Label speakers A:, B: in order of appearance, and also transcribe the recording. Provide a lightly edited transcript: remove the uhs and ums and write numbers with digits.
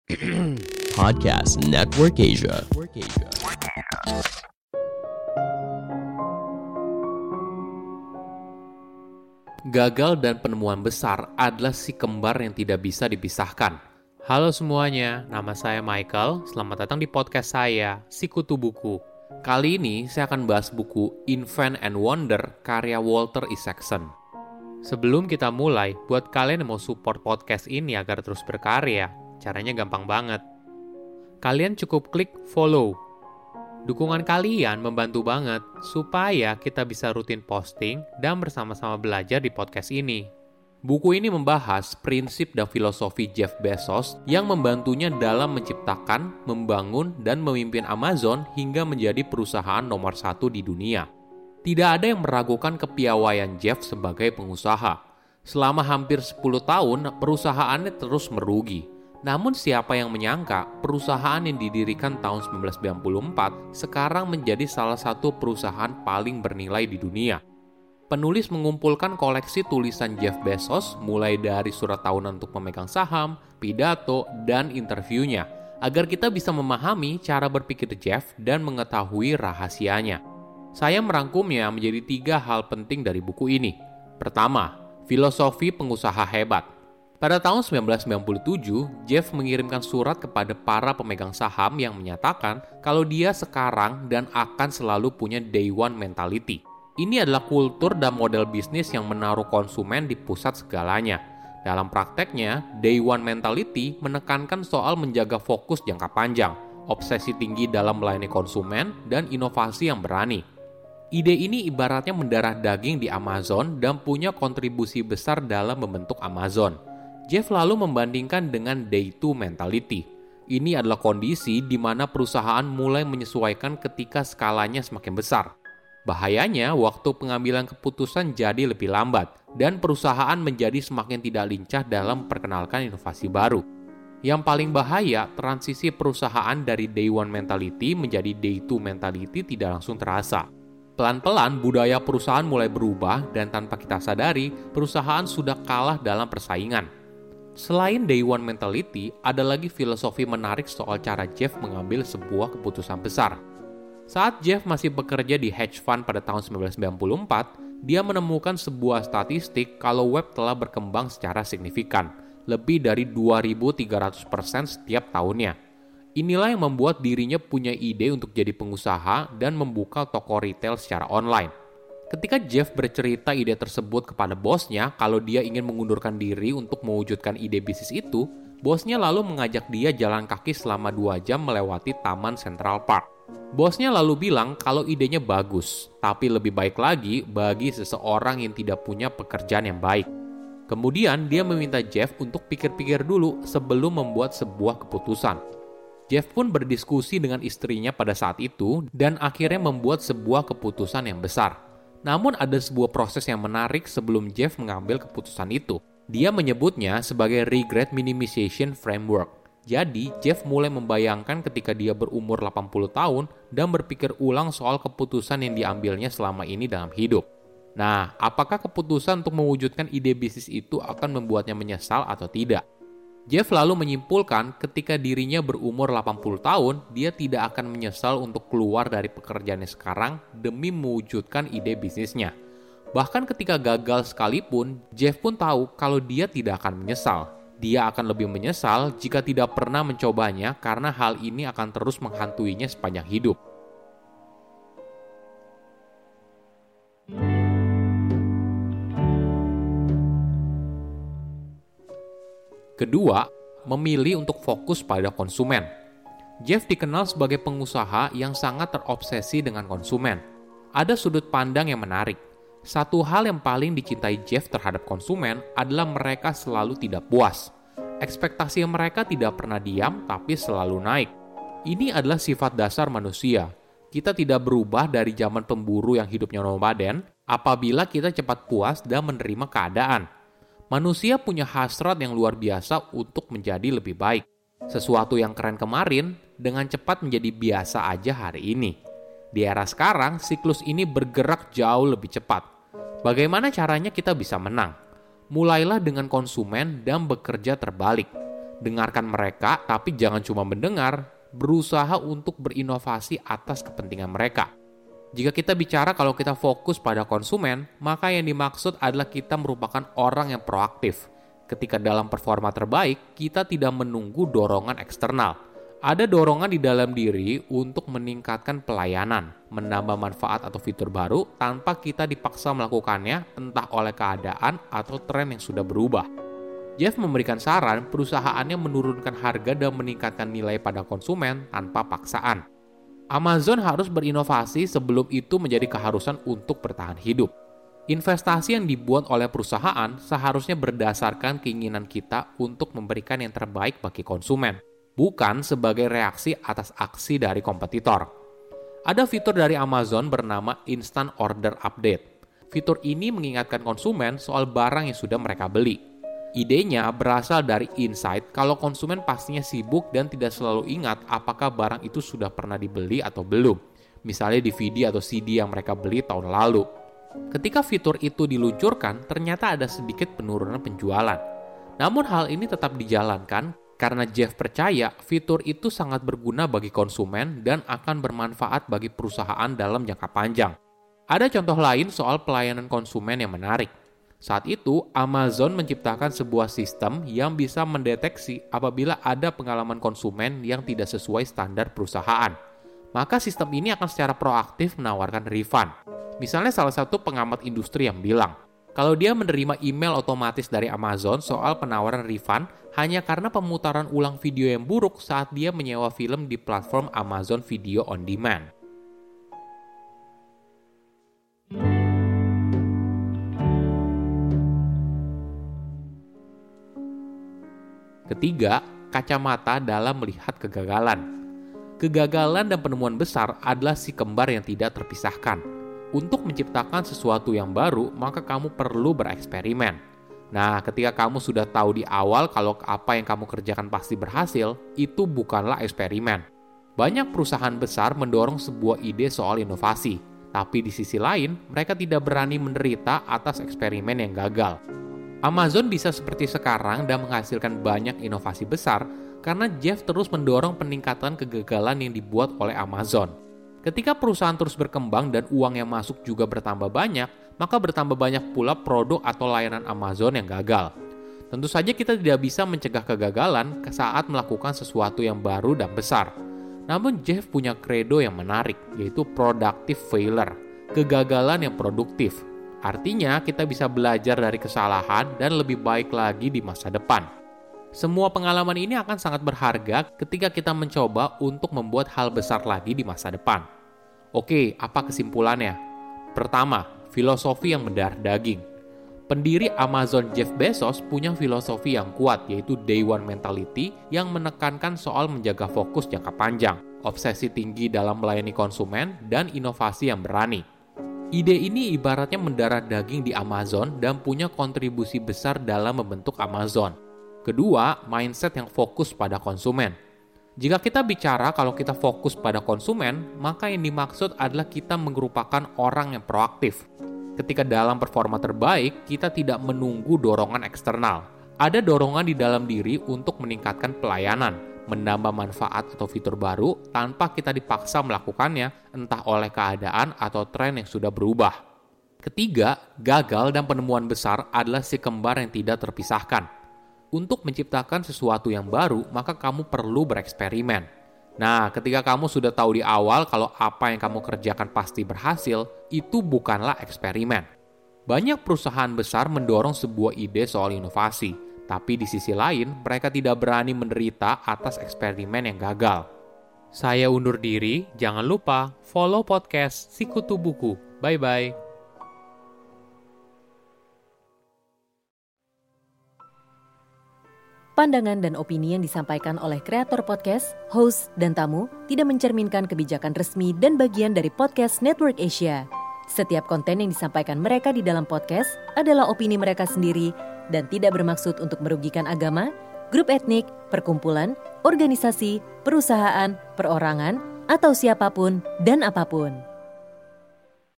A: Podcast Network Asia.
B: Gagal dan penemuan besar adalah si kembar yang tidak bisa dipisahkan. Halo semuanya, nama saya Michael. Selamat datang di podcast saya, Sikutu Buku. Kali ini saya akan bahas buku Invent and Wonder karya Walter Isaacson. Sebelum kita mulai, buat kalian yang mau support podcast ini agar terus berkarya, caranya gampang banget. Kalian cukup klik follow. Dukungan kalian membantu banget supaya kita bisa rutin posting dan bersama-sama belajar di podcast ini. Buku ini membahas prinsip dan filosofi Jeff Bezos yang membantunya dalam menciptakan, membangun, dan memimpin Amazon hingga menjadi perusahaan nomor 1 di dunia. Tidak ada yang meragukan kepiawaian Jeff sebagai pengusaha. Selama hampir 10 tahun, perusahaannya terus merugi. Namun siapa yang menyangka perusahaan yang didirikan tahun 1994 sekarang menjadi salah satu perusahaan paling bernilai di dunia. Penulis mengumpulkan koleksi tulisan Jeff Bezos mulai dari surat tahunan untuk pemegang saham, pidato, dan interviewnya agar kita bisa memahami cara berpikir Jeff dan mengetahui rahasianya. Saya merangkumnya menjadi 3 hal penting dari buku ini. Pertama, filosofi pengusaha hebat. Pada tahun 1997, Jeff mengirimkan surat kepada para pemegang saham yang menyatakan kalau dia sekarang dan akan selalu punya day one mentality. Ini adalah kultur dan model bisnis yang menaruh konsumen di pusat segalanya. Dalam prakteknya, day one mentality menekankan soal menjaga fokus jangka panjang, obsesi tinggi dalam melayani konsumen, dan inovasi yang berani. Ide ini ibaratnya mendarah daging di Amazon dan punya kontribusi besar dalam membentuk Amazon. Jeff lalu membandingkan dengan day two mentality. Ini adalah kondisi di mana perusahaan mulai menyesuaikan ketika skalanya semakin besar. Bahayanya, waktu pengambilan keputusan jadi lebih lambat dan perusahaan menjadi semakin tidak lincah dalam memperkenalkan inovasi baru. Yang paling bahaya, transisi perusahaan dari day one mentality menjadi day two mentality tidak langsung terasa. Pelan-pelan, budaya perusahaan mulai berubah dan tanpa kita sadari, perusahaan sudah kalah dalam persaingan. Selain day one mentality, ada lagi filosofi menarik soal cara Jeff mengambil sebuah keputusan besar. Saat Jeff masih bekerja di hedge fund pada tahun 1994, dia menemukan sebuah statistik kalau web telah berkembang secara signifikan, lebih dari 2.300% setiap tahunnya. Inilah yang membuat dirinya punya ide untuk jadi pengusaha dan membuka toko retail secara online. Ketika Jeff bercerita ide tersebut kepada bosnya kalau dia ingin mengundurkan diri untuk mewujudkan ide bisnis itu, bosnya lalu mengajak dia jalan kaki selama 2 jam melewati Taman Central Park. Bosnya lalu bilang kalau idenya bagus, tapi lebih baik lagi bagi seseorang yang tidak punya pekerjaan yang baik. Kemudian dia meminta Jeff untuk pikir-pikir dulu sebelum membuat sebuah keputusan. Jeff pun berdiskusi dengan istrinya pada saat itu dan akhirnya membuat sebuah keputusan yang besar. Namun ada sebuah proses yang menarik sebelum Jeff mengambil keputusan itu. Dia menyebutnya sebagai regret minimization framework. Jadi, Jeff mulai membayangkan ketika dia berumur 80 tahun dan berpikir ulang soal keputusan yang diambilnya selama ini dalam hidup. Nah, apakah keputusan untuk mewujudkan ide bisnis itu akan membuatnya menyesal atau tidak? Jeff lalu menyimpulkan ketika dirinya berumur 80 tahun, dia tidak akan menyesal untuk keluar dari pekerjaannya sekarang demi mewujudkan ide bisnisnya. Bahkan ketika gagal sekalipun, Jeff pun tahu kalau dia tidak akan menyesal. Dia akan lebih menyesal jika tidak pernah mencobanya karena hal ini akan terus menghantuinya sepanjang hidup. Kedua, memilih untuk fokus pada konsumen. Jeff dikenal sebagai pengusaha yang sangat terobsesi dengan konsumen. Ada sudut pandang yang menarik. Satu hal yang paling dicintai Jeff terhadap konsumen adalah mereka selalu tidak puas. Ekspektasi mereka tidak pernah diam, tapi selalu naik. Ini adalah sifat dasar manusia. Kita tidak berubah dari zaman pemburu yang hidupnya nomaden apabila kita cepat puas dan menerima keadaan. Manusia punya hasrat yang luar biasa untuk menjadi lebih baik. Sesuatu yang keren kemarin dengan cepat menjadi biasa aja hari ini. Di era sekarang, siklus ini bergerak jauh lebih cepat. Bagaimana caranya kita bisa menang? Mulailah dengan konsumen dan bekerja terbalik. Dengarkan mereka, tapi jangan cuma mendengar, berusaha untuk berinovasi atas kepentingan mereka. Jika kita bicara kalau kita fokus pada konsumen, maka yang dimaksud adalah kita merupakan orang yang proaktif. Ketika dalam performa terbaik, kita tidak menunggu dorongan eksternal. Ada dorongan di dalam diri untuk meningkatkan pelayanan, menambah manfaat atau fitur baru tanpa kita dipaksa melakukannya entah oleh keadaan atau tren yang sudah berubah. Jeff memberikan saran perusahaannya menurunkan harga dan meningkatkan nilai pada konsumen tanpa paksaan. Amazon harus berinovasi sebelum itu menjadi keharusan untuk bertahan hidup. Investasi yang dibuat oleh perusahaan seharusnya berdasarkan keinginan kita untuk memberikan yang terbaik bagi konsumen, bukan sebagai reaksi atas aksi dari kompetitor. Ada fitur dari Amazon bernama Instant Order Update. Fitur ini mengingatkan konsumen soal barang yang sudah mereka beli. Idenya berasal dari insight kalau konsumen pastinya sibuk dan tidak selalu ingat apakah barang itu sudah pernah dibeli atau belum. Misalnya DVD atau CD yang mereka beli tahun lalu. Ketika fitur itu diluncurkan, ternyata ada sedikit penurunan penjualan. Namun hal ini tetap dijalankan karena Jeff percaya fitur itu sangat berguna bagi konsumen dan akan bermanfaat bagi perusahaan dalam jangka panjang. Ada contoh lain soal pelayanan konsumen yang menarik. Saat itu, Amazon menciptakan sebuah sistem yang bisa mendeteksi apabila ada pengalaman konsumen yang tidak sesuai standar perusahaan. Maka sistem ini akan secara proaktif menawarkan refund. Misalnya salah satu pengamat industri yang bilang, kalau dia menerima email otomatis dari Amazon soal penawaran refund hanya karena pemutaran ulang video yang buruk saat dia menyewa film di platform Amazon Video on Demand. Ketiga, kacamata dalam melihat kegagalan. Kegagalan dan penemuan besar adalah si kembar yang tidak terpisahkan. Untuk menciptakan sesuatu yang baru, maka kamu perlu bereksperimen. Nah, ketika kamu sudah tahu di awal kalau apa yang kamu kerjakan pasti berhasil, itu bukanlah eksperimen. Banyak perusahaan besar mendorong sebuah ide soal inovasi, tapi di sisi lain, mereka tidak berani menderita atas eksperimen yang gagal. Amazon bisa seperti sekarang dan menghasilkan banyak inovasi besar karena Jeff terus mendorong peningkatan kegagalan yang dibuat oleh Amazon. Ketika perusahaan terus berkembang dan uang yang masuk juga bertambah banyak, maka bertambah banyak pula produk atau layanan Amazon yang gagal. Tentu saja kita tidak bisa mencegah kegagalan saat melakukan sesuatu yang baru dan besar. Namun Jeff punya credo yang menarik, yaitu productive failure, kegagalan yang produktif. Artinya kita bisa belajar dari kesalahan dan lebih baik lagi di masa depan. Semua pengalaman ini akan sangat berharga ketika kita mencoba untuk membuat hal besar lagi di masa depan. Oke, apa kesimpulannya? Pertama, filosofi yang mendarah daging. Pendiri Amazon Jeff Bezos punya filosofi yang kuat, yaitu Day One Mentality yang menekankan soal menjaga fokus jangka panjang, obsesi tinggi dalam melayani konsumen, dan inovasi yang berani. Ide ini ibaratnya mendarah daging di Amazon dan punya kontribusi besar dalam membentuk Amazon. Kedua, mindset yang fokus pada konsumen. Jika kita bicara kalau kita fokus pada konsumen, maka yang dimaksud adalah kita merupakan orang yang proaktif. Ketika dalam performa terbaik, kita tidak menunggu dorongan eksternal. Ada dorongan di dalam diri untuk meningkatkan pelayanan, menambah manfaat atau fitur baru tanpa kita dipaksa melakukannya, entah oleh keadaan atau tren yang sudah berubah. Ketiga, gagal dan penemuan besar adalah si kembar yang tidak terpisahkan. Untuk menciptakan sesuatu yang baru, maka kamu perlu bereksperimen. Nah, ketika kamu sudah tahu di awal kalau apa yang kamu kerjakan pasti berhasil, itu bukanlah eksperimen. Banyak perusahaan besar mendorong sebuah ide soal inovasi, tapi di sisi lain, mereka tidak berani menderita atas eksperimen yang gagal. Saya undur diri, jangan lupa follow podcast Sikutu Buku. Bye-bye.
C: Pandangan dan opini yang disampaikan oleh kreator podcast, host, dan tamu tidak mencerminkan kebijakan resmi dan bagian dari Podcast Network Asia. Setiap konten yang disampaikan mereka di dalam podcast adalah opini mereka sendiri dan tidak bermaksud untuk merugikan agama, grup etnik, perkumpulan, organisasi, perusahaan, perorangan, atau siapapun dan apapun.